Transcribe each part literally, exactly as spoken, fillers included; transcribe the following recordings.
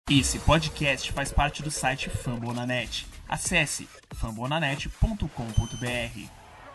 Esse podcast faz parte do site Fambonanet. Acesse fambonanet ponto com ponto b r.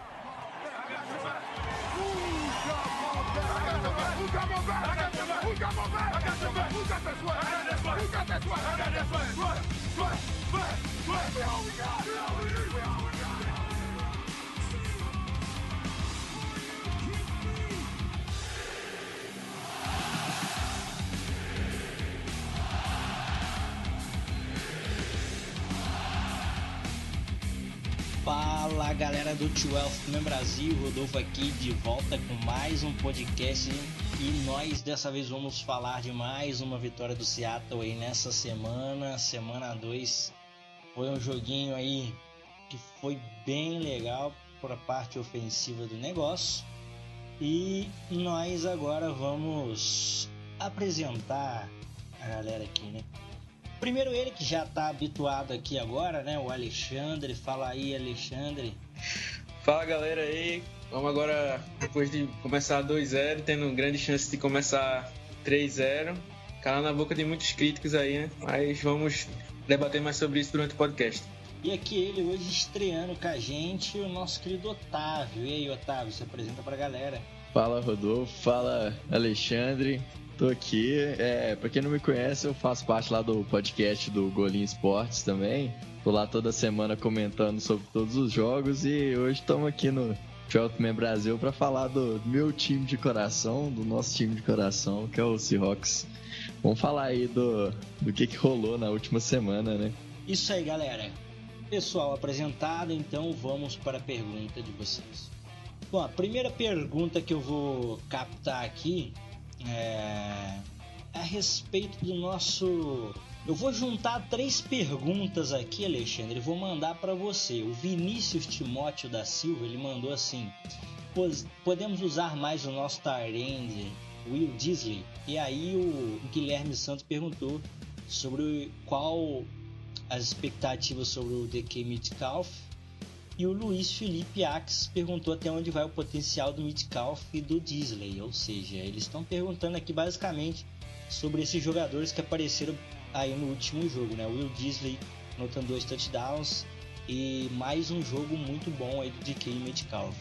Fala galera do doze Man Brasil, Rodolfo aqui de volta com mais um podcast e nós dessa vez vamos falar de mais uma vitória do Seattle aí nessa semana, semana dois. Foi um joguinho aí que foi bem legal para a parte ofensiva do negócio e nós agora vamos apresentar a galera aqui, né? Primeiro ele que já tá habituado aqui agora, né? O Alexandre. Fala aí, Alexandre. Fala galera aí. Vamos agora, depois de começar dois a zero, tendo grande chance de começar três a zero. Cala na boca de muitos críticos aí, né? Mas vamos debater mais sobre isso durante o podcast. E aqui ele hoje estreando com a gente, o nosso querido Otávio. E aí, Otávio, se apresenta pra galera. Fala, Rodolfo. Fala, Alexandre. Tô aqui, é, pra quem não me conhece, eu faço parte lá do podcast do Golinho Esportes também. Tô lá toda semana comentando sobre todos os jogos e hoje estamos aqui no doze Man Brasil pra falar do meu time de coração, do nosso time de coração, que é o Seahawks. Vamos falar aí do, do que, que rolou na última semana, né? Isso aí, galera. Pessoal apresentado, então vamos para a pergunta de vocês. Bom, a primeira pergunta que eu vou captar aqui É a respeito do nosso... Eu vou juntar três perguntas aqui, Alexandre, e vou mandar para você. O Vinícius Timóteo da Silva, ele mandou assim: podemos usar mais o nosso tight end, Will Disley? E aí o Guilherme Santos perguntou sobre qual as expectativas sobre o D K Metcalf. E o Luiz Felipe Ax perguntou até onde vai o potencial do Metcalf e do Disley. Ou seja, eles estão perguntando aqui basicamente sobre esses jogadores que apareceram aí no último jogo, né? O Will Disley anotando dois touchdowns e mais um jogo muito bom aí do D K Metcalf.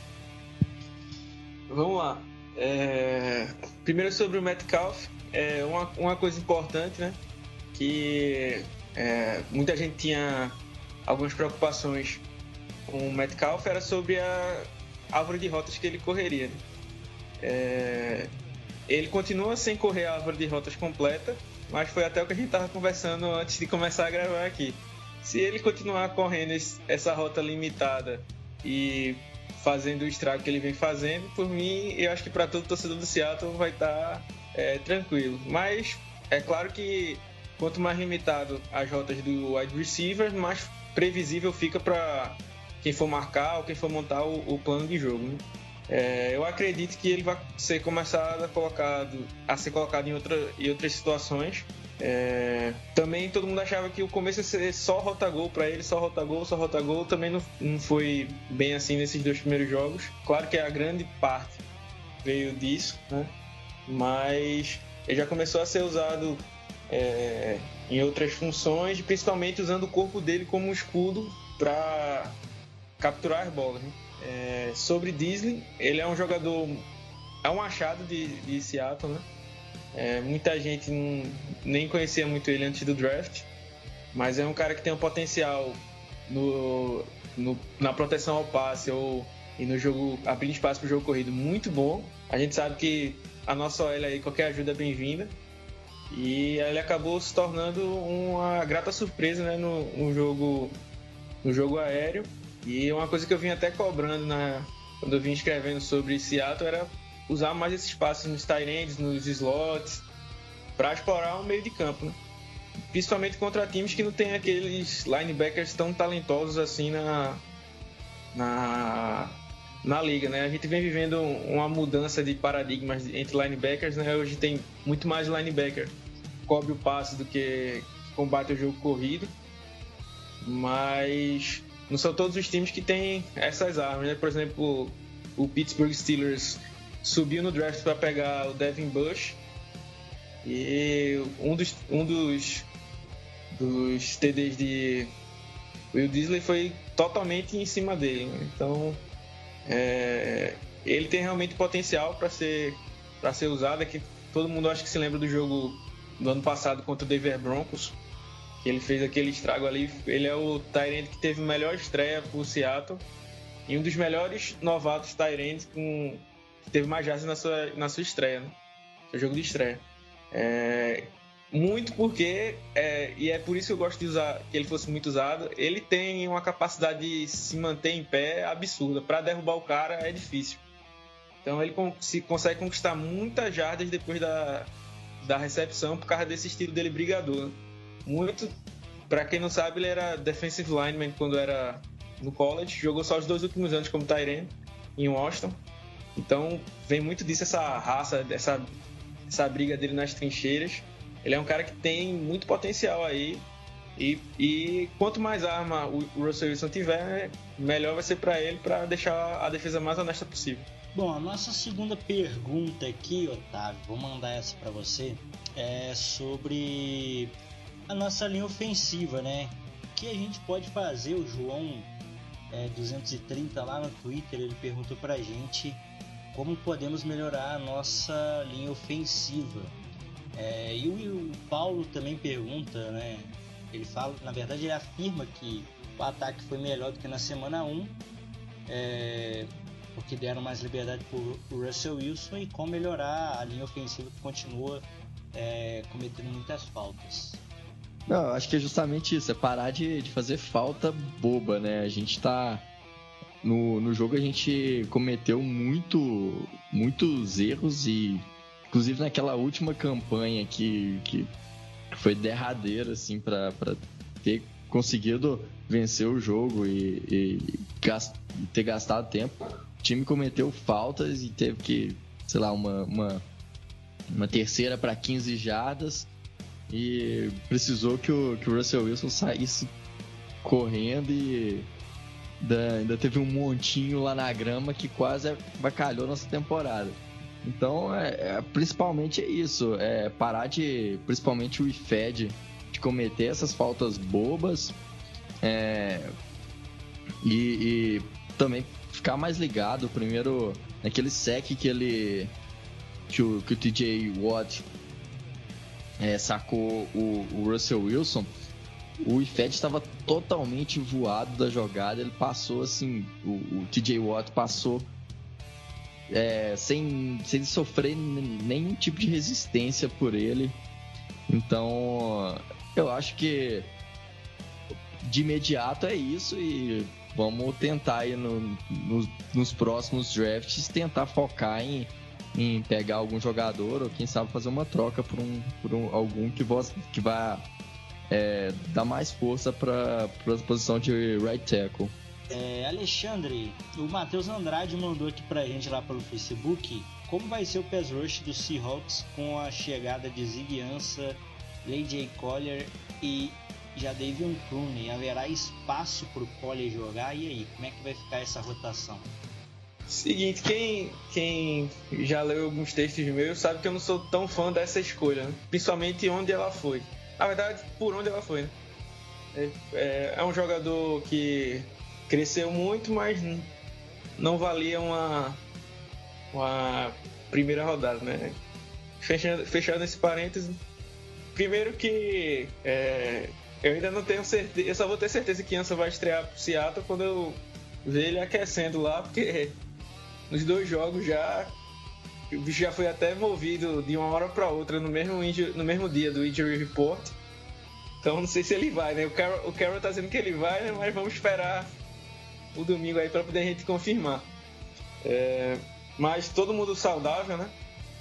Vamos lá. É... Primeiro sobre o Metcalf, é uma, uma coisa importante, né? Que é, muita gente tinha algumas preocupações com o Metcalf, era sobre a árvore de rotas que ele correria. Né? É... Ele continua sem correr a árvore de rotas completa, mas foi até o que a gente estava conversando antes de começar a gravar aqui. Se ele continuar correndo esse, essa rota limitada e fazendo o estrago que ele vem fazendo, por mim, eu acho que para todo torcedor do Seattle vai estar tá, é, tranquilo. Mas é claro que quanto mais limitado as rotas do wide receiver, mais previsível fica para quem for marcar ou quem for montar o, o plano de jogo. Né? É, eu acredito que ele vai ser começado a, colocado, a ser colocado em, outra, em outras situações. É, também todo mundo achava que o começo ia ser só rota-gol para ele, só rota-gol, só rota-gol. Também não, não foi bem assim nesses dois primeiros jogos. Claro que a grande parte veio disso, né? Mas ele já começou a ser usado é, em outras funções, principalmente usando o corpo dele como um escudo para capturar as bolas. Né? É, sobre Disley, ele é um jogador, é um achado de, de Seattle, né? É, muita gente não, nem conhecia muito ele antes do draft, mas é um cara que tem um potencial no, no, na proteção ao passe ou, e no jogo, abrindo espaço para o jogo corrido muito bom. A gente sabe que a nossa O L aí, qualquer ajuda é bem-vinda, e ele acabou se tornando uma grata surpresa, né, no, no, jogo, no jogo aéreo. E uma coisa que eu vim até cobrando na, quando eu vim escrevendo sobre Seattle era usar mais esses passes nos tight ends, nos slots, para explorar o meio de campo, né? Principalmente contra times que não tem aqueles linebackers tão talentosos assim na, na, na liga, né? A gente vem vivendo uma mudança de paradigmas entre linebackers, né? Hoje tem muito mais linebacker que cobre o passe do que combate o jogo corrido, mas não são todos os times que têm essas armas, né? Por exemplo, o Pittsburgh Steelers subiu no draft para pegar o Devin Bush E um dos, um dos, dos T Ds de Will Dissly foi totalmente em cima dele, né? Então é, ele tem realmente potencial para ser, para ser usado. É que todo mundo acho que se lembra do jogo do ano passado contra o Denver Broncos, que ele fez aquele estrago ali. Ele é o tight end que teve a melhor estreia por Seattle e um dos melhores novatos tight ends com, que teve mais jardas na sua, na sua estreia, né? Seu jogo de estreia. É, muito porque, é, e é por isso que eu gosto de usar, que ele fosse muito usado, ele tem uma capacidade de se manter em pé absurda. Para derrubar o cara é difícil. Então ele se consegue conquistar muitas jardas depois da, da recepção por causa desse estilo dele brigador. Muito, para quem não sabe, ele era defensive lineman quando era no college, jogou só os dois últimos anos como tight end em Washington. Então vem muito disso, essa raça, essa, essa briga dele nas trincheiras. Ele é um cara que tem muito potencial aí. E, e quanto mais arma o Russell Wilson tiver, melhor vai ser para ele, para deixar a defesa mais honesta possível. Bom, a nossa segunda pergunta aqui, Otávio, vou mandar essa para você, é sobre a nossa linha ofensiva, né? O que a gente pode fazer? O João é, duzentos e trinta lá no Twitter, ele perguntou pra gente como podemos melhorar a nossa linha ofensiva. É, e o, o Paulo também pergunta, né? Ele fala, na verdade, ele afirma que o ataque foi melhor do que na semana um, é, porque deram mais liberdade pro Russell Wilson, e como melhorar a linha ofensiva que continua é, cometendo muitas faltas. Não, acho que é justamente isso, é parar de, de fazer falta boba, né? A gente tá... No, no jogo a gente cometeu muito, muitos erros, e inclusive naquela última campanha que, que foi derradeira, assim, pra, pra ter conseguido vencer o jogo e, e gast, ter gastado tempo. O time cometeu faltas e teve que, sei lá, uma, uma, uma terceira para quinze jardas, e precisou que o, que o Russell Wilson saísse correndo, e ainda, ainda teve um montinho lá na grama que quase avacalhou nossa temporada. Então, é, é, principalmente é isso, é parar de, principalmente o I F E D, de cometer essas faltas bobas, é, e, e também ficar mais ligado. Primeiro, naquele sec que ele, que o, que o T J Watt é, sacou o, o Russell Wilson, o I F E D estava totalmente voado da jogada. Ele passou assim, o, o T J Watt passou É, sem, sem sofrer nenhum tipo de resistência por ele. Então eu acho que de imediato é isso, e vamos tentar aí no, no, nos próximos drafts tentar focar em, em pegar algum jogador, ou quem sabe fazer uma troca por, um, por um, algum que, voz, que vai é, dar mais força para a posição de right tackle. É, Alexandre, o Matheus Andrade mandou aqui pra gente lá pelo Facebook como vai ser o pass rush do Seahawks com a chegada de Ziggy Ansah, J J Collier e Jadeveon Clowney. Haverá espaço pro Collier jogar? E aí, como é que vai ficar essa rotação? Seguinte, quem, quem já leu alguns textos meus sabe que eu não sou tão fã dessa escolha, né? Principalmente onde ela foi. Na verdade, por onde ela foi, né? É, é, é um jogador que cresceu muito, mas não valia uma, uma primeira rodada, né? Fechando, fechando esse parênteses, primeiro que é, eu ainda não tenho certeza, eu só vou ter certeza que Ansah vai estrear pro Seattle quando eu ver ele aquecendo lá, porque nos dois jogos já o bicho já foi até movido de uma hora para outra no mesmo, injury, no mesmo dia do Injury Report. Então não sei se ele vai, né? O Carroll, o Carroll tá dizendo que ele vai, né? Mas vamos esperar o domingo aí para poder a gente confirmar. É, mas todo mundo saudável, né?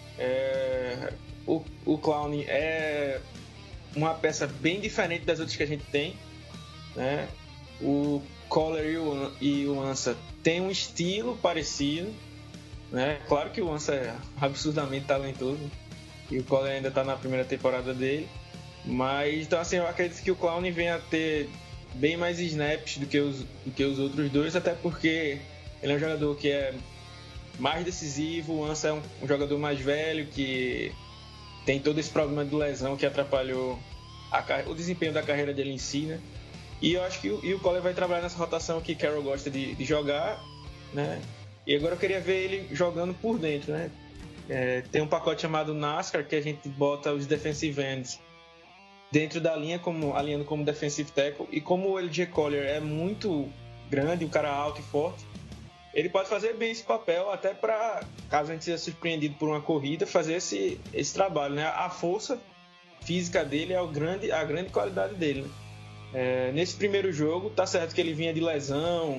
É, o, o Clowney é uma peça bem diferente das outras que a gente tem, né? O Collier e o, e o Ansah tem um estilo parecido, né? Claro que o Ansah é absurdamente talentoso e o Collier ainda está na primeira temporada dele, mas então assim, eu acredito que o Clowney venha a ter bem mais snaps do que os, do que os outros dois, até porque ele é um jogador que é mais decisivo. O Ansah é um, um jogador mais velho que tem todo esse problema de lesão que atrapalhou a, o desempenho da carreira dele em si, né? E eu acho que o, e o Collier vai trabalhar nessa rotação que Carroll gosta de, de jogar, né? E agora eu queria ver ele jogando por dentro, né? É, tem um pacote chamado NASCAR que a gente bota os defensive ends dentro da linha, como, alinhando como defensive tackle. E como o L J Collier é muito grande, um cara alto e forte, ele pode fazer bem esse papel, até para, caso a gente seja surpreendido por uma corrida, fazer esse, esse trabalho, né? A força física dele é o grande, a grande qualidade dele, né? É, nesse primeiro jogo, tá certo que ele vinha de lesão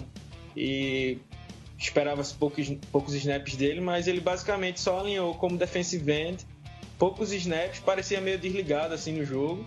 e esperava-se poucos, poucos snaps dele, mas ele basicamente só alinhou como defensive end, poucos snaps, parecia meio desligado assim no jogo.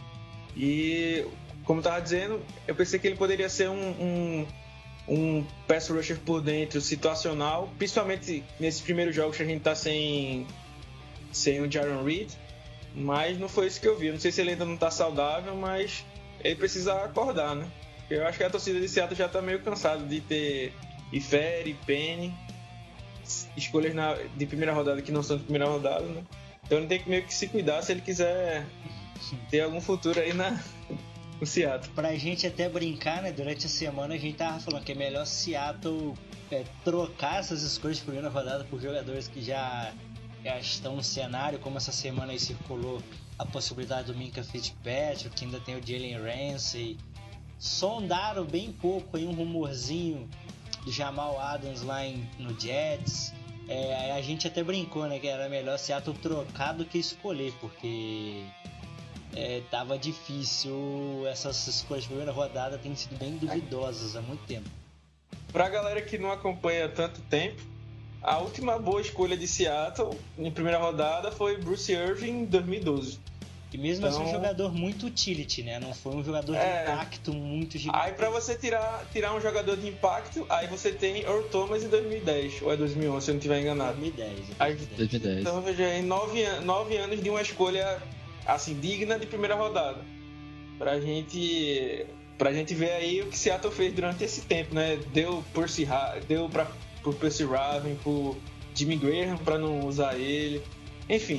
E, como eu tava dizendo, eu pensei que ele poderia ser um, um, um pass rusher por dentro, situacional, principalmente nesses primeiros jogos que a gente tá sem, sem o Jaron Reed, mas não foi isso que eu vi. Eu não sei se ele ainda não tá saudável, mas ele precisa acordar, né? Eu acho que a torcida de Seattle já tá meio cansada de ter Ifere, Penny, escolhas na, de primeira rodada que não são de primeira rodada, né? Então ele tem que meio que se cuidar se ele quiser ter algum futuro aí na, no Seattle. Pra gente até brincar, né? Durante a semana a gente tava falando que é melhor Seattle é, trocar essas escolhas de primeira rodada por jogadores que já, já estão no cenário, como essa semana aí circulou a possibilidade do Minkah Fitzpatrick, que ainda tem o Jalen Ramsey. Sondaram bem pouco aí um rumorzinho do Jamal Adams lá em, no Jets. É, a gente até brincou, né, que era melhor Seattle trocar do que escolher, porque é, tava difícil. Essas escolhas de primeira rodada têm sido bem duvidosas há muito tempo. Pra galera que não acompanha há tanto tempo, a última boa escolha de Seattle em primeira rodada foi Bruce Irving em dois mil e doze. E mesmo então, assim um jogador muito utility, né? Não foi um jogador de é, impacto muito gigante. Aí pra você tirar, tirar um jogador de impacto, aí você tem Earl Thomas em dois mil e dez, ou é dois mil e onze, se eu não estiver enganado. dois mil e dez. Aí, dois mil e dez. Então veja aí, nove, nove anos de uma escolha assim, digna de primeira rodada. Pra gente, pra gente ver aí o que Seattle fez durante esse tempo, né? Deu Percy, deu pra, por Percy Raven, por Jimmy Graham pra não usar ele. Enfim.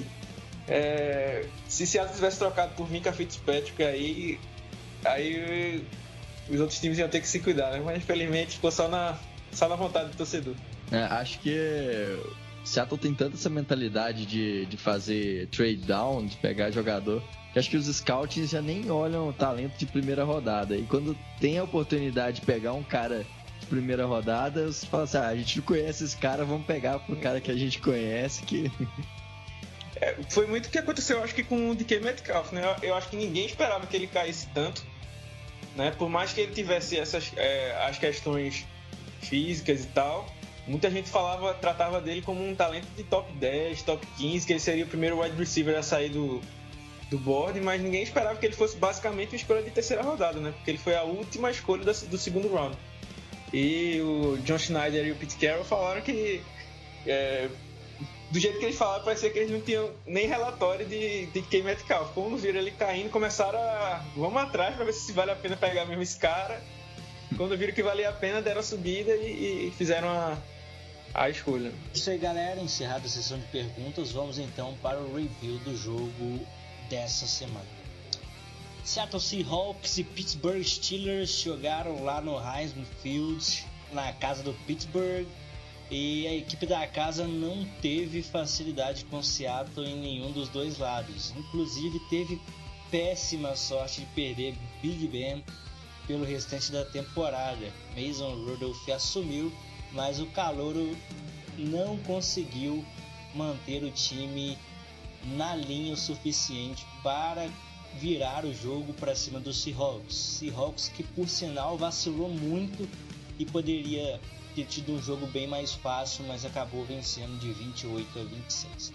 É, se Seattle tivesse trocado por Minkah Fitzpatrick, aí, aí os outros times iam ter que se cuidar, né? Mas infelizmente ficou só na, só na vontade do torcedor. É, acho que Seattle tem tanta essa mentalidade de, de fazer trade down, de pegar jogador, que acho que os scouts já nem olham o talento de primeira rodada. E quando tem a oportunidade de pegar um cara de primeira rodada, você fala assim, ah, a gente não conhece esse cara, vamos pegar pro cara que a gente conhece, que... É, foi muito o que aconteceu, eu acho que com o D K Metcalf, né? Eu, eu acho que ninguém esperava que ele caísse tanto, né? Por mais que ele tivesse essas é, as questões físicas e tal, muita gente falava, tratava dele como um talento de top dez, top quinze, que ele seria o primeiro wide receiver a sair do, do board, mas ninguém esperava que ele fosse basicamente uma escolha de terceira rodada, né? Porque ele foi a última escolha da, do segundo round. E o John Schneider e o Pete Carroll falaram que é, do jeito que eles falaram, parecia que eles não tinham nem relatório de, de quem Metcalf. Quando viram ele caindo, começaram a... Vamos atrás pra ver se vale a pena pegar mesmo esse cara. Quando viram que valia a pena, deram a subida e, e fizeram a, a escolha. Isso aí, galera. Encerrada a sessão de perguntas, vamos então para o review do jogo dessa semana. Seattle Seahawks e Pittsburgh Steelers jogaram lá no Heisman Field, na casa do Pittsburgh. E a equipe da casa não teve facilidade com o Seattle em nenhum dos dois lados. Inclusive teve péssima sorte de perder Big Ben pelo restante da temporada. Mason Rudolph assumiu, mas o calouro não conseguiu manter o time na linha o suficiente para virar o jogo para cima dos Seahawks. Seahawks que, por sinal, vacilou muito e poderia ter tido um jogo bem mais fácil, mas acabou vencendo de vinte e oito a vinte e seis.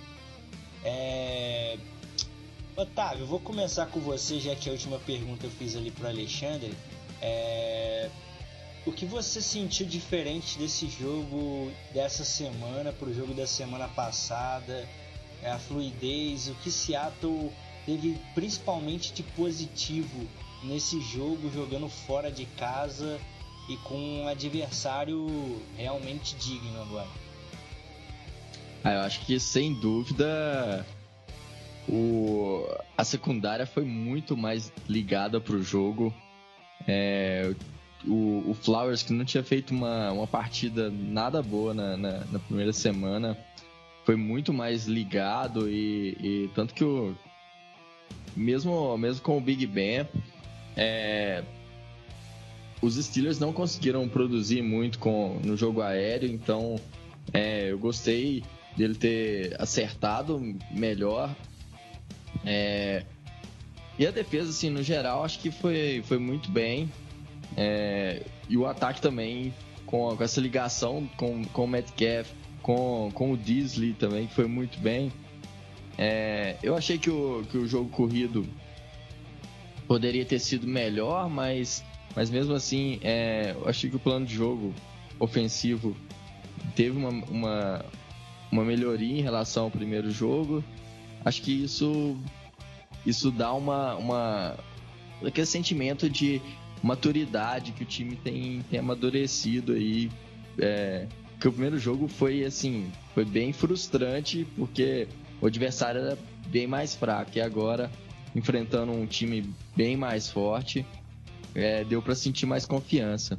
É... Otávio, vou começar com você, já que a última pergunta eu fiz ali para o Alexandre. É... O que você sentiu diferente desse jogo dessa semana para o jogo da semana passada? A fluidez, o que Seattle teve principalmente de positivo nesse jogo, jogando fora de casa e com um adversário realmente digno agora? Ah, eu acho que sem dúvida o, a secundária foi muito mais ligada pro jogo. É, o, o Flowers, que não tinha feito uma, uma partida nada boa na, na, na primeira semana, foi muito mais ligado e, e tanto que o mesmo, mesmo com o Big Ben, é, os Steelers não conseguiram produzir muito com, no jogo aéreo, então é, eu gostei dele ter acertado melhor. É, e a defesa, assim, no geral, acho que foi, foi muito bem. É, e o ataque também, com, com essa ligação com, com o Metcalf, com, com o Disley também, que foi muito bem. É, eu achei que o, que o jogo corrido poderia ter sido melhor, mas, mas mesmo assim, é, eu achei que o plano de jogo ofensivo teve uma, uma, uma melhoria em relação ao primeiro jogo. Acho que isso, isso dá uma, uma, aquele sentimento de maturidade que o time tem, tem amadurecido aí. É, que o primeiro jogo foi assim, foi bem frustrante porque o adversário era bem mais fraco e agora, enfrentando um time bem mais forte, é, deu para sentir mais confiança.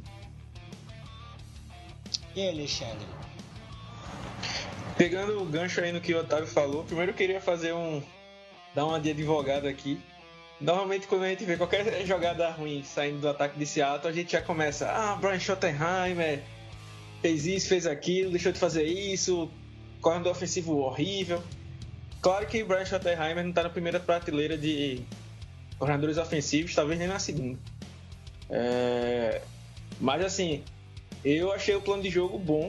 E aí, Alexandre? Pegando o gancho aí no que o Otávio falou, primeiro eu queria fazer um... dar uma de advogado aqui. Normalmente quando a gente vê qualquer jogada ruim saindo do ataque de Seattle, a gente já começa, ah, Brian Schottenheimer fez isso, fez aquilo, deixou de fazer isso, correndo ofensivo horrível. Claro que Brian Schottenheimer não está na primeira prateleira de coordenadores ofensivos, talvez nem na segunda. É... Mas assim, eu achei o plano de jogo bom,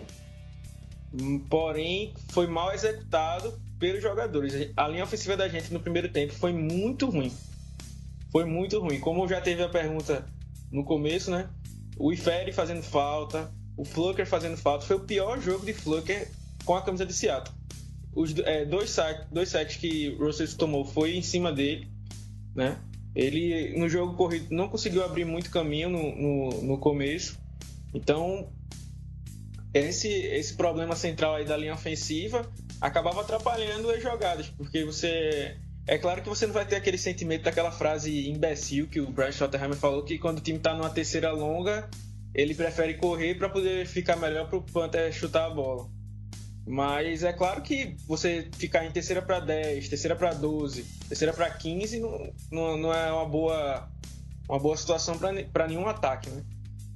porém foi mal executado pelos jogadores. A linha ofensiva da gente no primeiro tempo foi muito ruim. Foi muito ruim. Como já teve a pergunta no começo, né? O Ifere fazendo falta, o Fluker fazendo falta. Foi o pior jogo de Fluker com a camisa de Seattle. Os é, dois sacks dois sacks que o Russell tomou foi em cima dele, né? Ele no jogo corrido não conseguiu abrir muito caminho no, no, no começo. Então esse, esse problema central aí da linha ofensiva acabava atrapalhando as jogadas, porque você... É claro que você não vai ter aquele sentimento daquela frase imbecil que o Brian Schottenheimer falou, que quando o time está numa terceira longa, ele prefere correr para poder ficar melhor para o Panther chutar a bola. Mas é claro que você ficar em terceira para dez, terceira para doze, terceira para quinze não, não, não é uma boa, uma boa situação para nenhum ataque, né?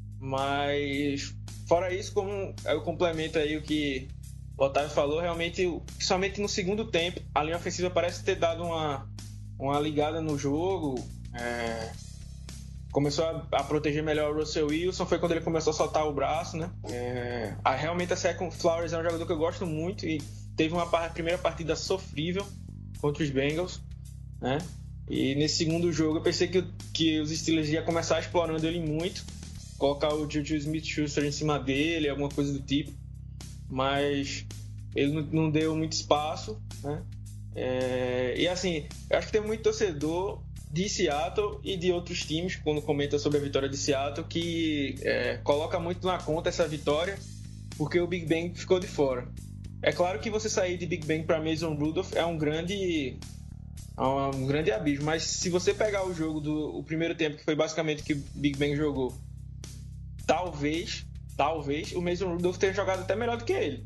Mas fora isso, como eu complemento aí o que o Otávio falou, realmente, somente no segundo tempo, a linha ofensiva parece ter dado uma, uma ligada no jogo. É, começou a, a proteger melhor o Russell Wilson, foi quando ele começou a soltar o braço, né? É, a, realmente a Second Flowers é um jogador que eu gosto muito e teve uma par, primeira partida sofrível contra os Bengals, né? E nesse segundo jogo eu pensei que, que os Steelers iam começar explorando ele muito, colocar o Juju Smith-Schuster em cima dele, alguma coisa do tipo. Mas ele não deu muito espaço, né? É, e assim, eu acho que tem muito torcedor de Seattle e de outros times, quando comenta sobre a vitória de Seattle, que é, coloca muito na conta essa vitória porque o Big Ben ficou de fora. É claro que você sair de Big Ben para Mason Rudolph é um grande, é um grande abismo, mas se você pegar o jogo do o primeiro tempo, que foi basicamente o que o Big Ben jogou, talvez Talvez o Mason Rudolph tenha jogado até melhor do que ele,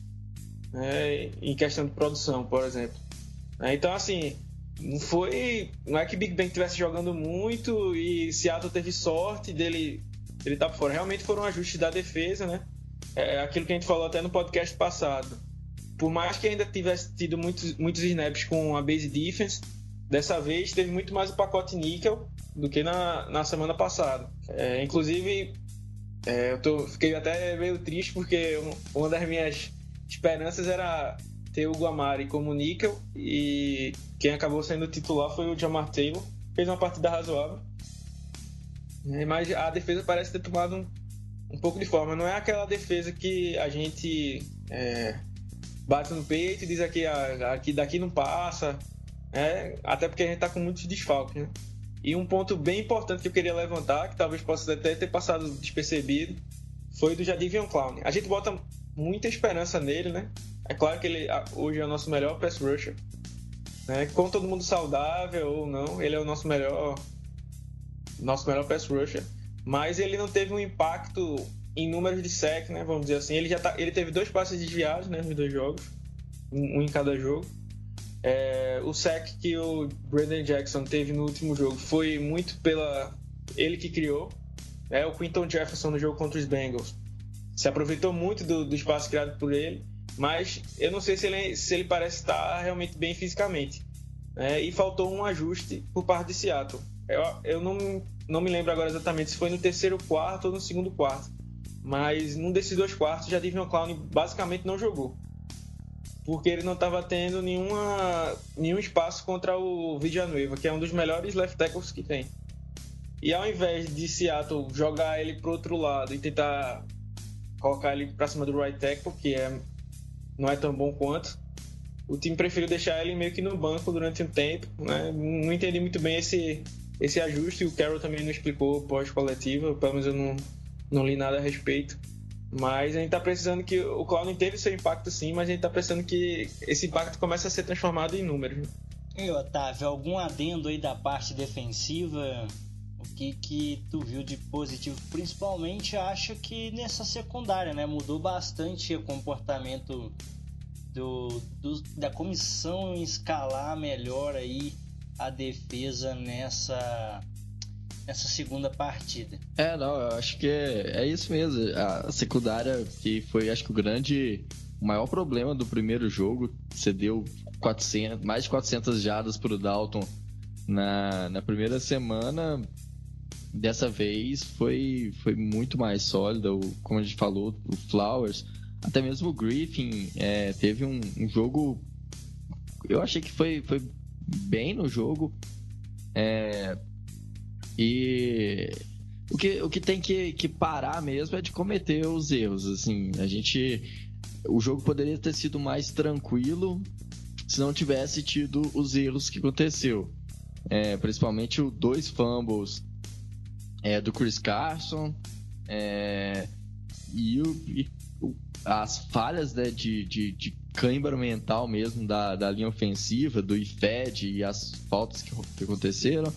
né, em questão de produção, por exemplo. Então, assim, não foi, não é que Big Ben estivesse jogando muito e Seattle teve sorte dele ele estar por fora. Realmente foram ajustes da defesa, né? É aquilo que a gente falou até no podcast passado. Por mais que ainda tivesse tido muitos, muitos snaps com a base defense, dessa vez teve muito mais o pacote níquel do que na, na semana passada. É, inclusive... É, eu tô, fiquei até meio triste porque uma das minhas esperanças era ter o Guamari como níquel e quem acabou sendo titular foi o Jamar Taylor. Fez uma partida razoável, mas a defesa parece ter tomado um, um pouco de forma. Não é aquela defesa que a gente é, bate no peito e diz aqui, aqui daqui não passa, é, até porque a gente tá com muitos desfalques, né? E um ponto bem importante que eu queria levantar, que talvez possa até ter passado despercebido, foi do Jadeveon Clowney. A gente bota muita esperança nele, né? É claro que ele hoje é o nosso melhor pass rusher, né? Com todo mundo saudável ou não, ele é o nosso melhor, nosso melhor pass rusher, mas ele não teve um impacto em números de sack, né? Vamos dizer assim, ele já tá, ele teve dois passes desviados, né, nos dois jogos, um, um em cada jogo. É, o sack que o Brandon Jackson teve no último jogo foi muito pela ele que criou. É, o Quinton Jefferson no jogo contra os Bengals se aproveitou muito do, do espaço criado por ele, mas eu não sei se ele, se ele parece estar realmente bem fisicamente. É, e faltou um ajuste por parte de Seattle. Eu, eu não, não me lembro agora exatamente se foi no terceiro quarto ou no segundo quarto, mas num desses dois quartos já Jadeveon Clowney basicamente não jogou, porque ele não estava tendo nenhuma, nenhum espaço contra o Villanueva, que é um dos melhores left tackles que tem. E ao invés de Seattle jogar ele pro outro lado e tentar colocar ele para cima do right tackle, que é, não é tão bom quanto, o time preferiu deixar ele meio que no banco durante um tempo, né? Não entendi muito bem esse, esse ajuste, e o Carroll também não explicou pós-coletiva, pelo menos eu não, não li nada a respeito. Mas a gente está precisando que o Clowney teve seu impacto sim, mas a gente está precisando que esse impacto comece a ser transformado em números. E Otávio, algum adendo aí da parte defensiva? O que que tu viu de positivo? Principalmente acho que nessa secundária, né? Mudou bastante o comportamento do, do, da comissão em escalar melhor aí a defesa nessa, nessa segunda partida. É, não, eu acho que é, é isso mesmo. A secundária que foi, acho que o grande, o maior problema do primeiro jogo, cedeu quatrocentas, mais de quatrocentas jardas para o Dalton na, na primeira semana. Dessa vez foi, foi muito mais sólida, o, como a gente falou, o Flowers, até mesmo o Griffin é, teve um, um jogo, eu achei que foi, foi bem no jogo, é, e o que, o que tem que, que parar mesmo é de cometer os erros, assim, a gente, o jogo poderia ter sido mais tranquilo se não tivesse tido os erros que aconteceu, é, principalmente os dois fumbles É, do Chris Carson, é, e, o, e o, as falhas, né, de, de, de cãibra mental mesmo da, da linha ofensiva, do I F E D e as faltas que, que aconteceram.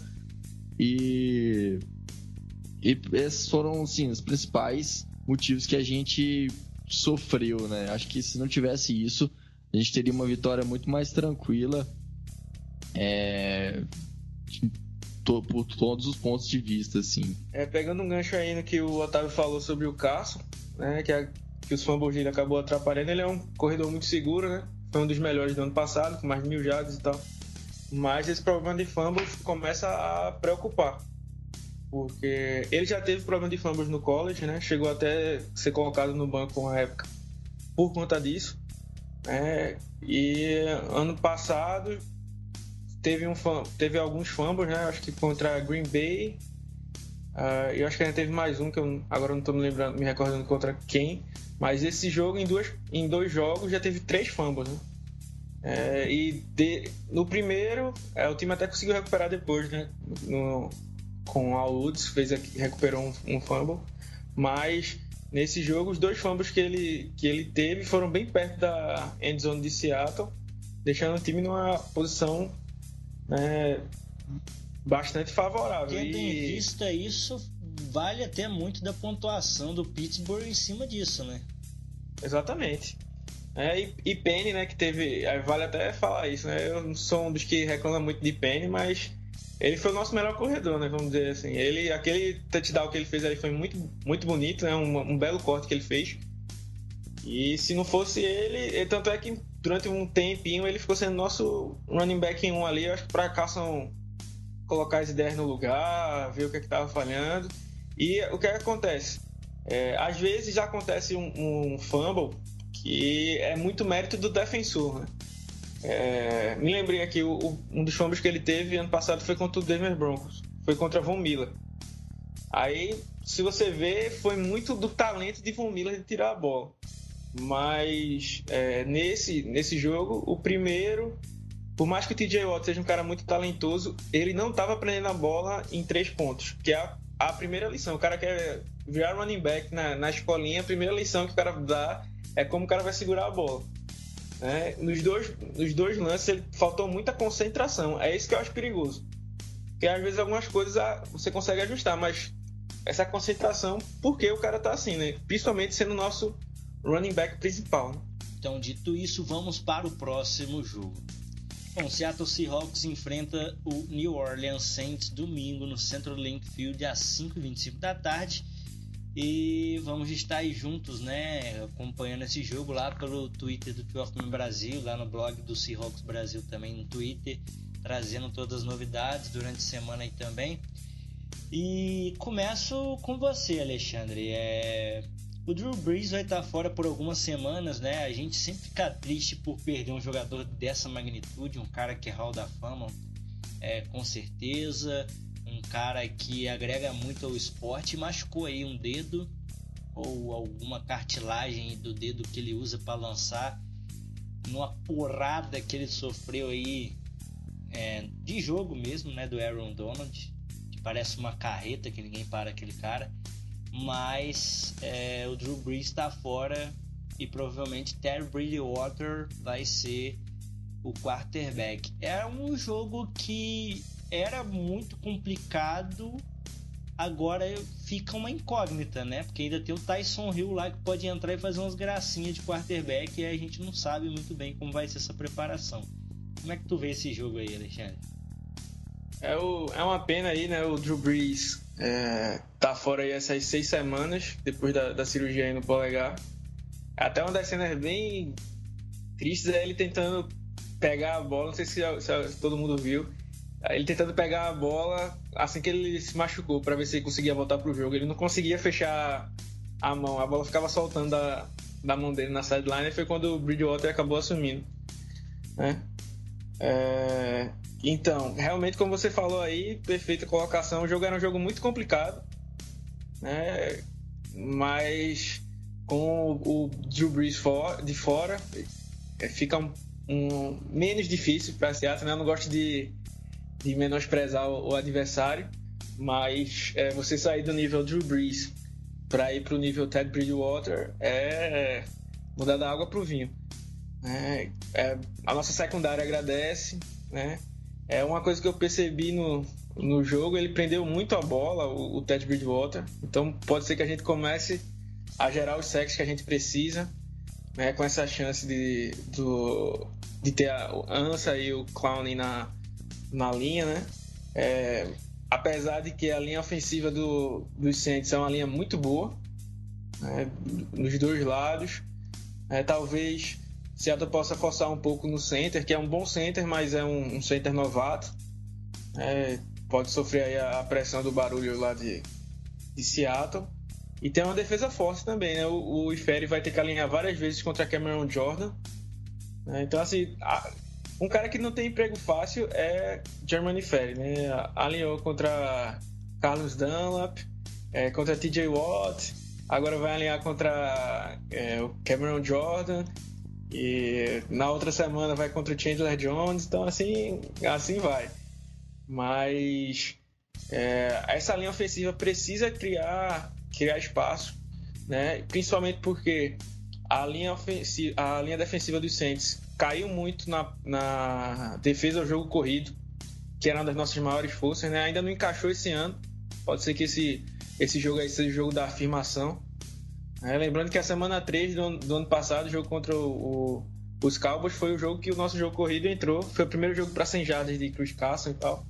E, e esses foram, assim, os principais motivos que a gente sofreu, né? Acho que se não tivesse isso, a gente teria uma vitória muito mais tranquila. É... por todos os pontos de vista, assim. É, pegando um gancho aí no que o Otávio falou sobre o Carson, né, que, a, que os fumbles dele acabou atrapalhando, ele é um corredor muito seguro, né, foi um dos melhores do ano passado, com mais de mil jardas e tal, mas esse problema de fumbles começa a preocupar, porque ele já teve problema de fumbles no college, né, chegou até a ser colocado no banco uma época por conta disso, né, e ano passado Teve, um, teve alguns fumbles, né? Acho que contra Green Bay. Uh, eu acho que ainda teve mais um, que eu agora não estou me lembrando, me recordando contra quem. Mas esse jogo, em, duas, em dois jogos, já teve três fumbles, né? É, e de, no primeiro, é, o time até conseguiu recuperar depois, né? No, com o Al Woods, fez aqui, recuperou um, um fumble. Mas nesse jogo, os dois fumbles que ele, que ele teve foram bem perto da endzone de Seattle, deixando o time numa posição, É, bastante favorável. Tendo em e... vista isso, vale até muito da pontuação do Pittsburgh em cima disso, né? Exatamente. É, e, e Penny, né, que teve... Vale até falar isso, né? Eu não sou um dos que reclama muito de Penny, mas ele foi o nosso melhor corredor, né? Vamos dizer assim. Ele, aquele touchdown que ele fez ali foi muito, muito bonito, né? Um, um belo corte que ele fez. E se não fosse ele... Tanto é que durante um tempinho ele ficou sendo nosso running back em um ali, eu acho que para Carson colocar as ideias no lugar, ver o que é que estava falhando. E o que é que acontece? É, às vezes já acontece um, um fumble que é muito mérito do defensor, né? É, me lembrei aqui, o, o, um dos fumbles que ele teve ano passado foi contra o Denver Broncos, foi contra Von Miller. Aí, se você ver, foi muito do talento de Von Miller de tirar a bola. Mas é, nesse, nesse jogo, o primeiro, por mais que o T J Watt seja um cara muito talentoso, ele não estava prendendo a bola em três pontos, que é a, a primeira lição. O cara quer virar running back na, na escolinha, a primeira lição que o cara dá é como o cara vai segurar a bola. né? Nos dois, nos dois lances ele faltou muita concentração. É isso que eu acho perigoso. Porque às vezes algumas coisas você consegue ajustar, mas essa concentração, porque o cara tá assim, né? Principalmente sendo o nosso running back principal. Né? Então, dito isso, vamos para o próximo jogo. Bom, Seattle Seahawks enfrenta o New Orleans Saints domingo no CenturyLink Field às cinco e vinte e cinco da tarde. E vamos estar aí juntos, né, acompanhando esse jogo lá pelo Twitter do Twelve Man Brasil, lá no blog do Seahawks Brasil também no Twitter, trazendo todas as novidades durante a semana aí também. E começo com você, Alexandre. É... O Drew Brees vai estar fora por algumas semanas, né? A gente sempre fica triste por perder um jogador dessa magnitude, um cara que é Hall da Fama, é, com certeza, um cara que agrega muito ao esporte. Machucou aí um dedo ou alguma cartilagem do dedo que ele usa para lançar, numa porrada que ele sofreu aí é, de jogo mesmo, né? Do Aaron Donald, que parece uma carreta que ninguém para aquele cara. Mas é, o Drew Brees está fora e provavelmente Terry Bridgewater vai ser o quarterback. É um jogo que era muito complicado, agora fica uma incógnita, né? Porque ainda tem o Tyson Hill lá que pode entrar e fazer umas gracinhas de quarterback e a gente não sabe muito bem como vai ser essa preparação. Como é que tu vê esse jogo aí, Alexandre? É, o, é uma pena aí, né? O Drew Brees é, tá fora aí essas seis semanas depois da, da cirurgia aí no polegar. Até uma das cenas bem tristes é ele tentando pegar a bola. Não sei se, se, se todo mundo viu. Ele tentando pegar a bola assim que ele se machucou para ver se ele conseguia voltar pro jogo. Ele não conseguia fechar a mão, a bola ficava soltando da, da mão dele na sideline. E foi quando o Bridgewater acabou assumindo, né? É... Então, realmente, como você falou aí, perfeita colocação. O jogo era um jogo muito complicado, né? Mas com o Drew Brees for, de fora, fica um, um menos difícil para Seattle, né? Eu não gosto de, de menosprezar o, o adversário, mas é, você sair do nível Drew Brees para ir para o nível Ted Bridgewater é mudar da água para o vinho. É, é, a nossa secundária agradece, né? É uma coisa que eu percebi no, no jogo, ele prendeu muito a bola, o, o Ted Bridgewater. Então pode ser que a gente comece a gerar os sacks que a gente precisa, né, com essa chance de, do, de ter a, o Ansa e o Clowney na, na linha, né? É, apesar de que a linha ofensiva do, dos Saints é uma linha muito boa, né, nos dois lados. É, talvez Seattle possa forçar um pouco no center, que é um bom center, mas é um, um center novato. É, pode sofrer aí a, a pressão do barulho lá de, de Seattle. E tem uma defesa forte também, né? O, o Ifere vai ter que alinhar várias vezes contra Cameron Jordan. É, então, assim, a, um cara que não tem emprego fácil é German Ifere, né? Alinhou contra Carlos Dunlap, é, contra T J Watt, agora vai alinhar contra é, o Cameron Jordan. E na outra semana vai contra o Chandler Jones, então assim, assim vai. Mas é, essa linha ofensiva precisa criar, criar espaço, né? Principalmente porque a linha, ofensiva, a linha defensiva dos Saints caiu muito na, na defesa ao jogo corrido, que era uma das nossas maiores forças, né? Ainda não encaixou esse ano. Pode ser que esse, esse jogo aí seja o jogo da afirmação. É, lembrando que a semana três do ano, do ano passado, o jogo contra o, o, os Cowboys, foi o jogo que o nosso jogo corrido entrou. Foi o primeiro jogo para cem jardas de Chris Carson e tal.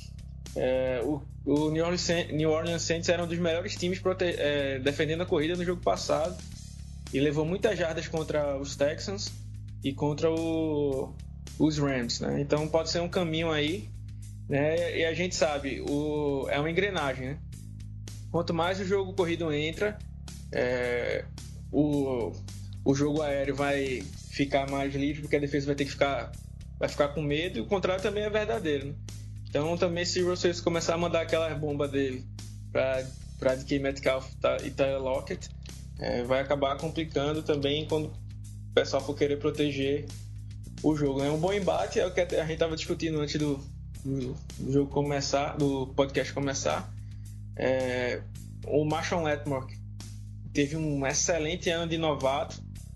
É, o o New, Orleans, New Orleans Saints era um dos melhores times prote, é, defendendo a corrida no jogo passado. E levou muitas jardas contra os Texans e contra o, os Rams, né? Então pode ser um caminho aí, né? E a gente sabe, o, é uma engrenagem, né? Quanto mais o jogo corrido entra, É, o, o jogo aéreo vai ficar mais livre, porque a defesa vai ter que ficar, vai ficar com medo, e o contrário também é verdadeiro, né? Então também, se o Russell começar a mandar aquela bomba dele para D K Metcalf e Tyler Lockett, é, vai acabar complicando também quando o pessoal for querer proteger o jogo, né? Um bom embate é o que a gente estava discutindo antes do, do, do jogo começar, do podcast começar. É, o Marshawn Lattimore teve um excelente ano de novato,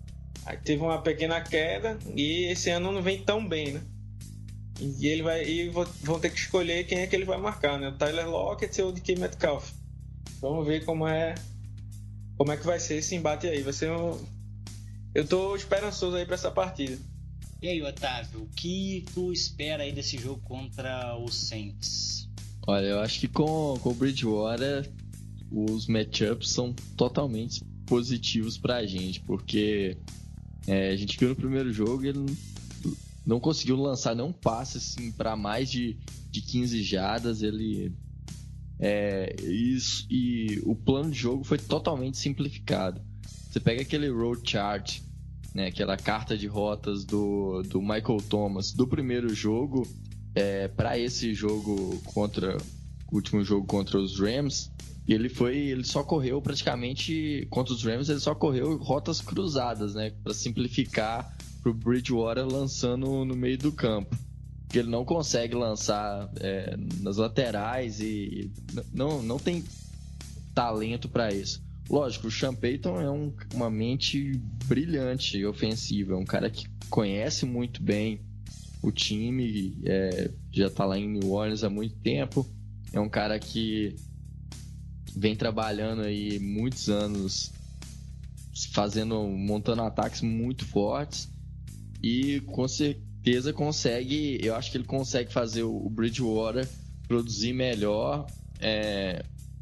Aí teve uma pequena queda e esse ano não vem tão bem, né? E ele vai e vão ter que escolher quem é que ele vai marcar, né? O Tyler Lockett ou o D K Metcalf. Vamos ver como é como é que vai ser esse embate aí. Vai ser um... Eu tô esperançoso aí para essa partida. E aí, Otávio, o que tu espera aí desse jogo contra os Saints? Olha, eu acho que com, com o Bridgewater os matchups são totalmente positivos pra gente, porque é, a gente viu no primeiro jogo ele não, não conseguiu lançar nenhum passe assim, para mais de, de quinze jardas. Ele é, isso, e o plano de jogo foi totalmente simplificado. Você pega aquele road chart, né, aquela carta de rotas do, do Michael Thomas do primeiro jogo é, para esse jogo contra o último jogo contra os Rams. Ele foi, ele só correu praticamente contra os Rams, ele só correu rotas cruzadas, né, para simplificar pro Bridgewater lançando no meio do campo, porque ele não consegue lançar é, nas laterais e não, não tem talento para isso. Lógico, o Sean Payton é um, uma mente brilhante ofensiva, é um cara que conhece muito bem o time, é, já tá lá em New Orleans há muito tempo, é um cara que vem trabalhando aí muitos anos, fazendo, montando ataques muito fortes e com certeza consegue, eu acho que ele consegue fazer o Bridgewater produzir melhor é,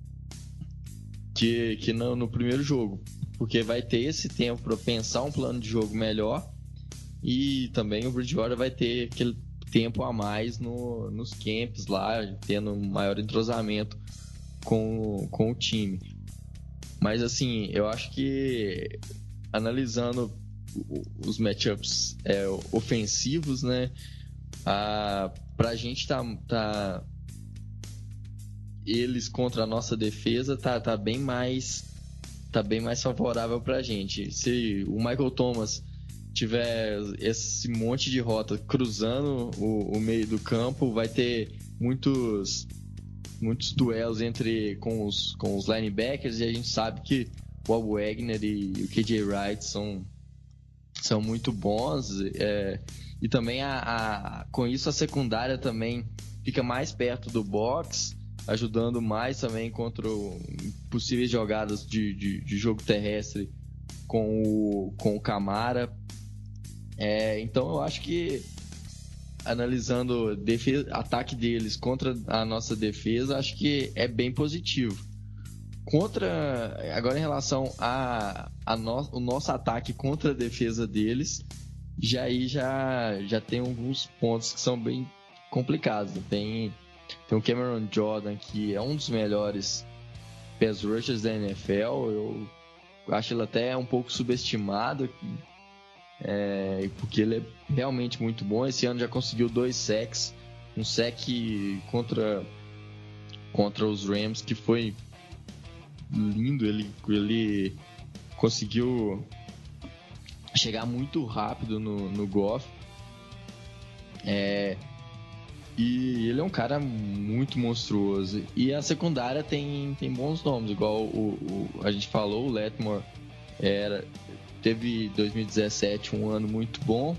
que, que no, no primeiro jogo, porque vai ter esse tempo para pensar um plano de jogo melhor e também o Bridgewater vai ter aquele tempo a mais no, nos camps lá, tendo um maior entrosamento com, com o time. Mas assim, eu acho que analisando os matchups é, ofensivos, né, a, pra gente tá, tá eles contra a nossa defesa tá, tá bem mais tá bem mais favorável pra gente. Se o Michael Thomas tiver esse monte de rota cruzando o, o meio do campo, vai ter muitos muitos duelos entre com os, com os linebackers, e a gente sabe que o Bob Wagner e o K J Wright são, são muito bons, é, e também a, a, com isso a secundária também fica mais perto do box, ajudando mais também contra o, possíveis jogadas de, de, de jogo terrestre com o, com o Kamara. É, então eu acho que analisando defesa, ataque deles contra a nossa defesa, acho que é bem positivo. Contra, agora em relação a, a no, o nosso ataque contra a defesa deles, já aí já, já tem alguns pontos que são bem complicados. Tem, tem o Cameron Jordan, que é um dos melhores pass rushers da N F L. Eu acho ele até um pouco subestimado, É, porque ele é realmente muito bom. Esse ano já conseguiu dois sacks, um sack contra, contra os Rams que foi lindo. Ele, ele conseguiu chegar muito rápido no, no Goff, é, e ele é um cara muito monstruoso. E a secundária tem, tem bons nomes, igual o, o, a gente falou, o Letmore era... Teve dois mil e dezessete um ano muito bom.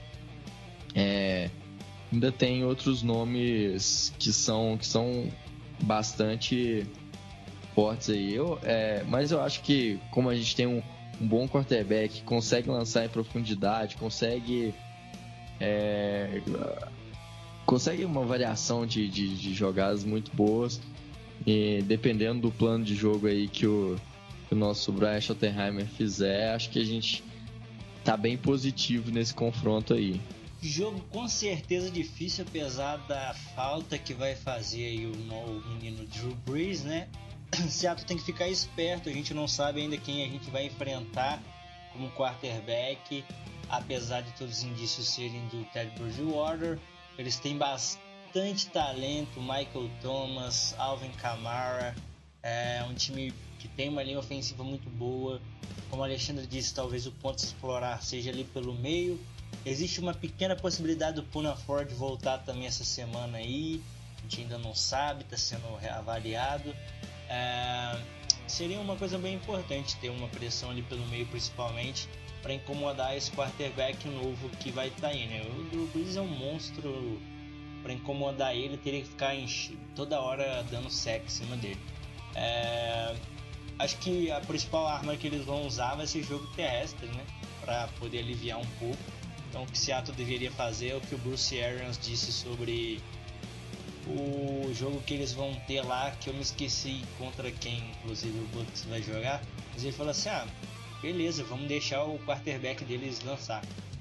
É, ainda tem outros nomes que são, que são bastante fortes aí. Eu, é, mas eu acho que como a gente tem um, um bom quarterback, consegue lançar em profundidade, consegue é, consegue uma variação de, de, de jogadas muito boas. E dependendo do plano de jogo aí que o que o nosso Brian Schottenheimer fizer, acho que a gente tá bem positivo nesse confronto aí. Jogo com certeza difícil, apesar da falta que vai fazer aí o, o menino Drew Brees, né? Seattle tem que ficar esperto, a gente não sabe ainda quem a gente vai enfrentar como quarterback, apesar de todos os indícios serem do Ted Bridgewater. Eles têm bastante talento, Michael Thomas, Alvin Kamara, é um time que tem uma linha ofensiva muito boa. Como o Alexandre disse, talvez o ponto a explorar seja ali pelo meio. Existe uma pequena possibilidade do Poona Ford voltar também essa semana aí. A gente ainda não sabe, está sendo reavaliado. É... Seria uma coisa bem importante ter uma pressão ali pelo meio, principalmente para incomodar esse quarterback novo que vai estar aí, né? O Drew Brees é um monstro, para incomodar ele teria que ficar enchi, toda hora dando sec em cima dele. É, acho que a principal arma que eles vão usar vai ser jogo terrestre, né? Para poder aliviar um pouco. Então o que Seattle deveria fazer é o que o Bruce Arians disse sobre o jogo que eles vão ter lá, que eu me esqueci contra quem, inclusive, o Bucs vai jogar. Mas ele falou assim, ah, beleza, vamos deixar o quarterback deles lançar.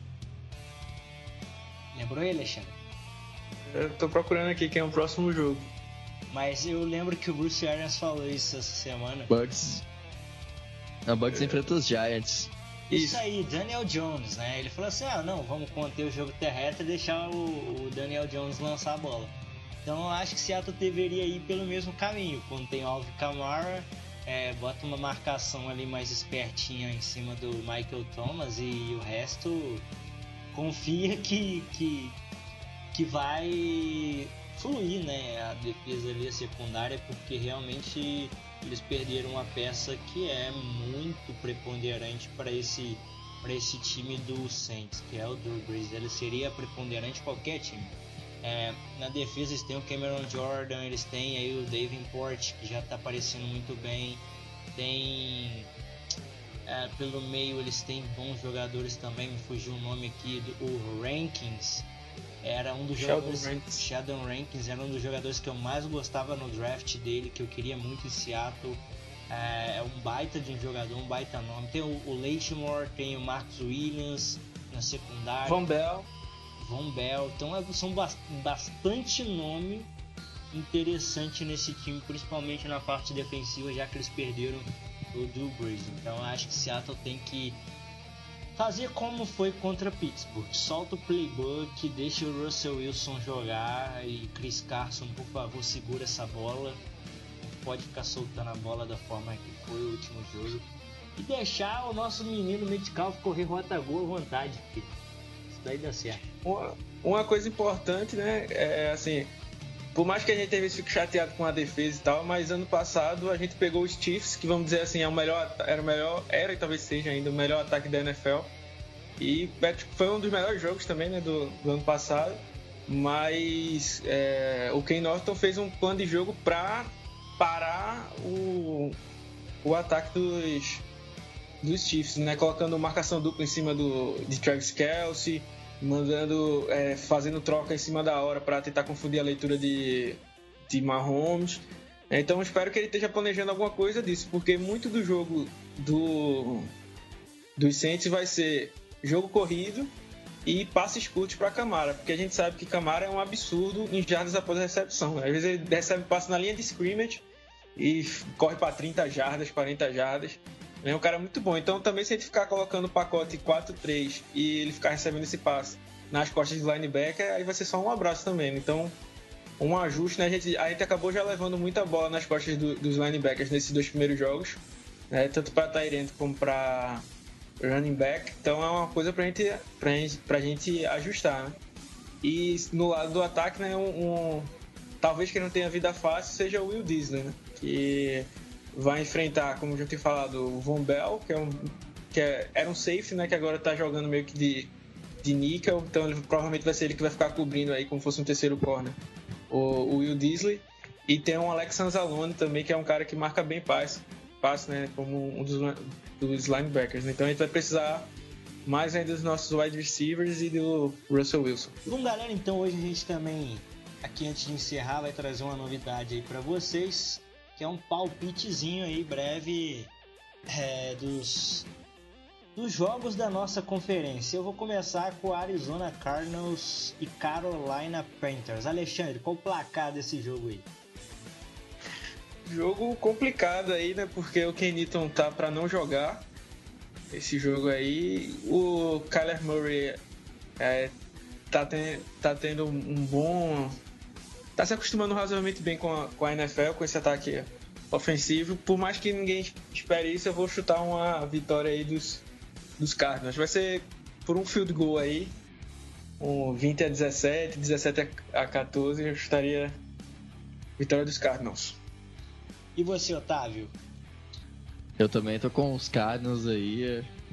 Lembrou aí, Alexandre? Eu tô procurando aqui quem é o próximo jogo. Mas eu lembro que o Bruce Arians falou isso essa semana. Bucks. A Bucks é. enfrenta os Giants. Isso, isso aí, Daniel Jones, né? Ele falou assim, ah, não, vamos conter o jogo terrestre e deixar o, o Daniel Jones lançar a bola. Então eu acho que Seattle deveria ir pelo mesmo caminho. Quando tem Alvin Kamara, é, bota uma marcação ali mais espertinha em cima do Michael Thomas e o resto confia que, que, que vai fluir, né? A defesa ali, a secundária, porque realmente eles perderam uma peça que é muito preponderante para esse, para esse time do Saints, que é o Drew Brees. Ele seria preponderante em qualquer time. É, na defesa eles têm o Cameron Jordan, eles têm aí o Davenport, que já está aparecendo muito bem. Tem é, pelo meio eles têm bons jogadores também, me fugiu o nome aqui, do, o Rankins. Era um dos jogadores, Sheldon Rankins era um dos jogadores que eu mais gostava no draft dele, que eu queria muito em Seattle. É, é um baita de um jogador, um baita nome. Tem o, o Latimore, tem o Marcus Williams na secundária. Von Bell. Von Bell. Então é, são bastante nome interessante nesse time, principalmente na parte defensiva, já que eles perderam o Drew Brees. Então acho que Seattle tem que fazer como foi contra Pittsburgh. Solta o playbook, deixa o Russell Wilson jogar e Chris Carson, por favor, segura essa bola. Não pode ficar soltando a bola da forma que foi o último jogo. E deixar o nosso menino Metcalf correr rota gol à vontade, filho. Isso daí dá certo. Uma, uma coisa importante, né, é assim, por mais que a gente às vezes fique chateado com a defesa e tal, mas ano passado a gente pegou os Chiefs, que vamos dizer assim, é o melhor, era o melhor, era e talvez seja ainda o melhor ataque da N F L. E foi um dos melhores jogos também, né, do, do ano passado. Mas é, o Ken Norton fez um plano de jogo para parar o, o ataque dos, dos Chiefs, né, colocando marcação dupla em cima do, de Travis Kelce, mandando, é, fazendo troca em cima da hora para tentar confundir a leitura de, de Mahomes. Então eu espero que ele esteja planejando alguma coisa disso, porque muito do jogo do, dos Saints vai ser jogo corrido e passes curtos para Kamara, porque a gente sabe que Kamara é um absurdo em jardas após a recepção. Às vezes ele recebe passe na linha de scrimmage e corre para trinta jardas, quarenta jardas. É um cara muito bom. Então também se a gente ficar colocando o pacote quatro três e ele ficar recebendo esse passe nas costas do linebacker, aí vai ser só um abraço também. Então um ajuste, né? A gente, a gente acabou já levando muita bola nas costas do, dos linebackers nesses dois primeiros jogos, né? Tanto para tight end como para running back. Então é uma coisa pra gente, pra gente, pra gente ajustar, né? E no lado do ataque, né, um, um, talvez que não tenha vida fácil seja o Will Disley, né? Que vai enfrentar, como eu já tinha falado, o Von Bell, que, é um, que é, era um safety, né, que agora tá jogando meio que de, de nickel, então ele, provavelmente vai ser ele que vai ficar cobrindo aí como fosse um terceiro corner o, o Will Disley. E tem um Alex Anzalone também, que é um cara que marca bem passe, passe, né, como um dos, dos linebackers. Então a gente vai precisar mais ainda dos nossos wide receivers e do Russell Wilson. Bom, galera, então hoje a gente também, aqui antes de encerrar, vai trazer uma novidade aí para vocês, que é um palpitezinho aí breve é, dos, dos jogos da nossa conferência. Eu vou começar com Arizona Cardinals e Carolina Panthers. Alexandre, qual o placar desse jogo aí? Jogo complicado aí, né? Porque o Ken Newton tá para não jogar esse jogo aí. O Kyler Murray é, tá, ten, tá tendo um bom... Tá se acostumando razoavelmente bem com a, com a N F L, com esse ataque ofensivo. Por mais que ninguém espere isso, eu vou chutar uma vitória aí dos, dos Cardinals. Vai ser por um field goal aí, um vinte a dezessete, dezessete a quatorze, eu chutaria vitória dos Cardinals. E você, Otávio? Eu também tô com os Cardinals aí.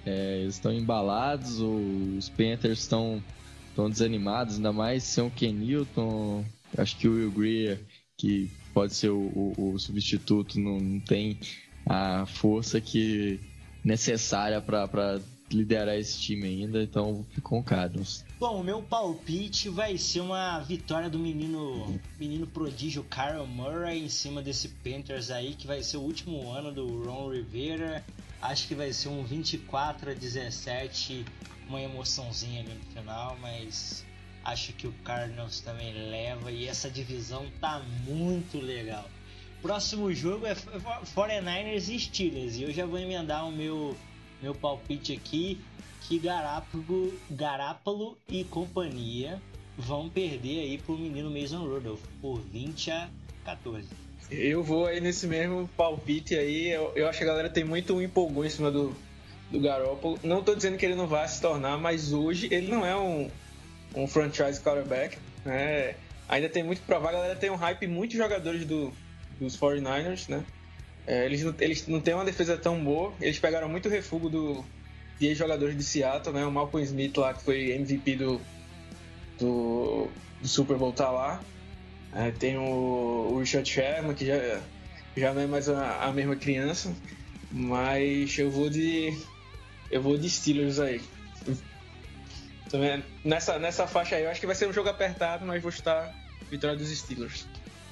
É, eles estão embalados, os Panthers estão desanimados, ainda mais sem o Ken Newton. Acho que o Will Grier, que pode ser o, o, o substituto, não, não tem a força que necessária para liderar esse time ainda, então ficou com Cardinals. Bom, o meu palpite vai ser uma vitória do menino menino prodígio Kyler Murray em cima desse Panthers aí, que vai ser o último ano do Ron Rivera. Acho que vai ser um vinte e quatro a dezessete, uma emoçãozinha ali no final, mas acho que o Cardinals também leva e essa divisão tá muito legal. Próximo jogo é forty-niners e Steelers, e eu já vou emendar o meu, meu palpite aqui, que Garápago, Garápolo e companhia vão perder aí pro menino Mason Rudolph por vinte a quatorze. Eu vou aí nesse mesmo palpite aí. Eu, eu acho que a galera tem muito um empolgou em cima do, do Garoppolo. Não tô dizendo que ele não vai se tornar, mas hoje ele não é um, um franchise quarterback, né? Ainda tem muito que provar. A galera tem um hype, muitos jogadores do, dos forty-niners, né? É, eles, não, eles não têm uma defesa tão boa. Eles pegaram muito refúgio do, de jogadores de Seattle, né? O Malcolm Smith lá, que foi M V P do, do, do Super Bowl, tá lá. É, tem o, o Richard Sherman, que já, já não é mais a, a mesma criança, mas eu vou de eu vou de Steelers aí. Também, nessa, nessa faixa aí, eu acho que vai ser um jogo apertado, mas vou chutar vitória dos Steelers.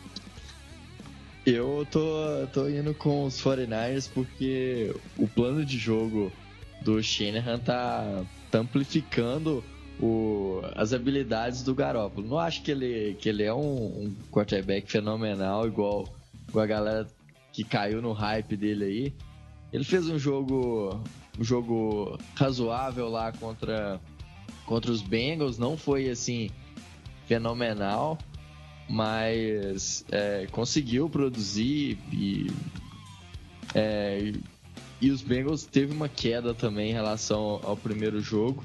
Eu tô, tô indo com os forty-niners porque o plano de jogo do Shanahan tá, tá amplificando O, as habilidades do Garoppolo. Não acho que ele, que ele é um, um quarterback fenomenal, igual, igual a galera que caiu no hype dele aí. Ele fez um jogo, um jogo razoável lá contra, contra os Bengals, não foi assim fenomenal, mas é, conseguiu produzir e, é, e os Bengals teve uma queda também em relação ao, ao primeiro jogo.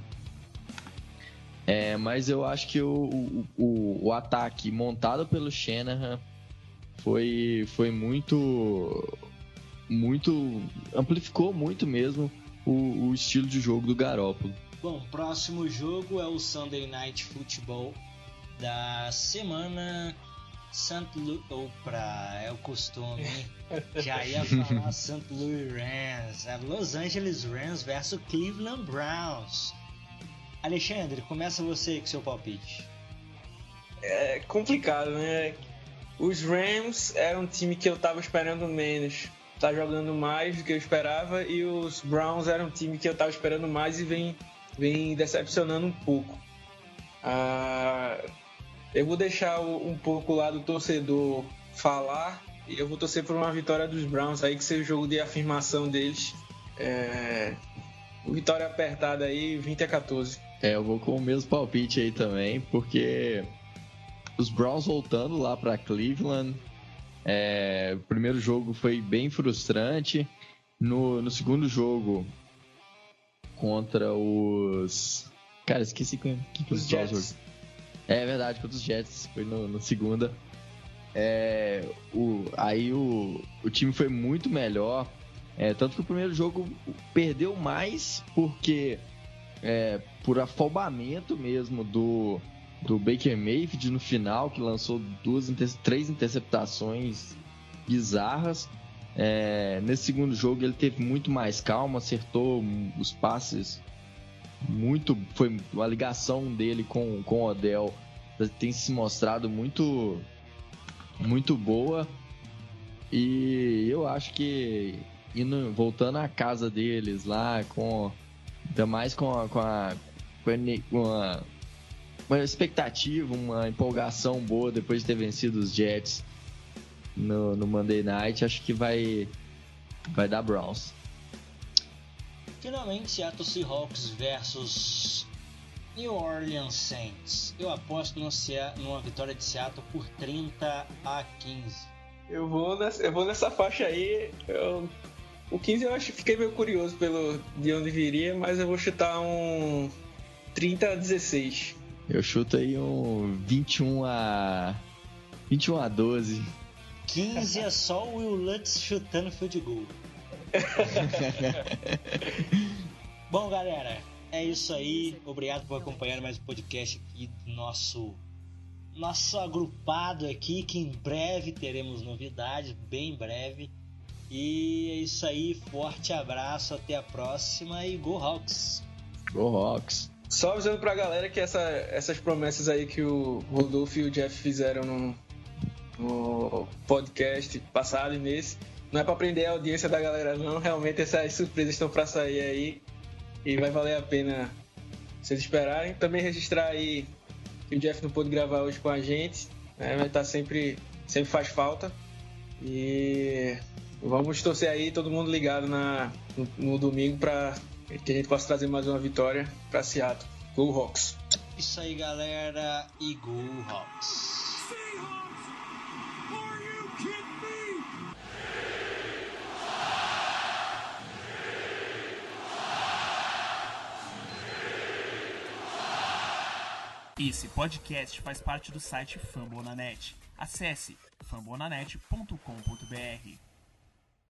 É, mas eu acho que o, o, o ataque montado pelo Shanahan foi, foi muito, muito, amplificou muito mesmo o, o estilo de jogo do Garoppolo. Bom, próximo jogo é o Sunday Night Football da semana Saint Louis, opa, é o costume, já ia falar Saint Louis Rams, é Los Angeles Rams versus Cleveland Browns. Alexandre, começa você com seu palpite. É complicado, né? Os Rams eram um time que eu tava esperando menos, tá jogando mais do que eu esperava, e os Browns eram um time que eu tava esperando mais e vem, vem decepcionando um pouco. Ah, eu vou deixar um pouco lá do torcedor falar, e eu vou torcer por uma vitória dos Browns aí, que seja o jogo de afirmação deles. É... Vitória apertada aí, vinte a quatorze. É, eu vou com o mesmo palpite aí também, porque os Browns voltando lá para Cleveland, é, o primeiro jogo foi bem frustrante. No, no segundo jogo, contra os... Cara, esqueci que, que os Jets. É verdade, contra os Jets, foi no, no segunda. É, o, aí o, o time foi muito melhor, é, tanto que o primeiro jogo perdeu mais porque... É, por afobamento mesmo do, do Baker Mayfield no final, que lançou duas, três interceptações bizarras. É, nesse segundo jogo ele teve muito mais calma, acertou os passes muito, foi uma ligação dele com, com o Odell tem se mostrado muito muito boa, e eu acho que indo, voltando à casa deles lá com ainda mais com a, com a, com a uma expectativa, uma empolgação boa depois de ter vencido os Jets no, no Monday Night, acho que vai vai dar Browns. Finalmente, Seattle Seahawks versus New Orleans Saints. Eu aposto no Cea- numa vitória de Seattle por trinta a quinze. Eu vou nessa, eu vou nessa faixa aí. Eu... O quinze eu acho que fiquei meio curioso pelo, de onde viria, mas eu vou chutar um trinta a dezesseis. Eu chuto aí um vinte e um a doze. quinze é só o Will Lutz chutando field goal. Bom, galera, é isso aí. Obrigado por acompanhar mais um podcast aqui do nosso, nosso agrupado aqui, que em breve teremos novidades, bem breve. E é isso aí, forte abraço, até a próxima e Go Hawks! Go Hawks! Só avisando pra galera que essa, essas promessas aí que o Rodolfo e o Jeff fizeram no, no podcast passado e nesse, não é pra prender a audiência da galera não, realmente essas surpresas estão pra sair aí e vai valer a pena vocês esperarem. Também registrar aí que o Jeff não pôde gravar hoje com a gente, né? Vai estar sempre, sempre faz falta e vamos torcer aí, todo mundo ligado na, no, no domingo pra que a gente possa trazer mais uma vitória para Seattle. Go Hawks! Isso aí, galera, e Go Hawks! Esse podcast faz parte do site Fambonanet. Acesse fambonanet ponto com ponto br.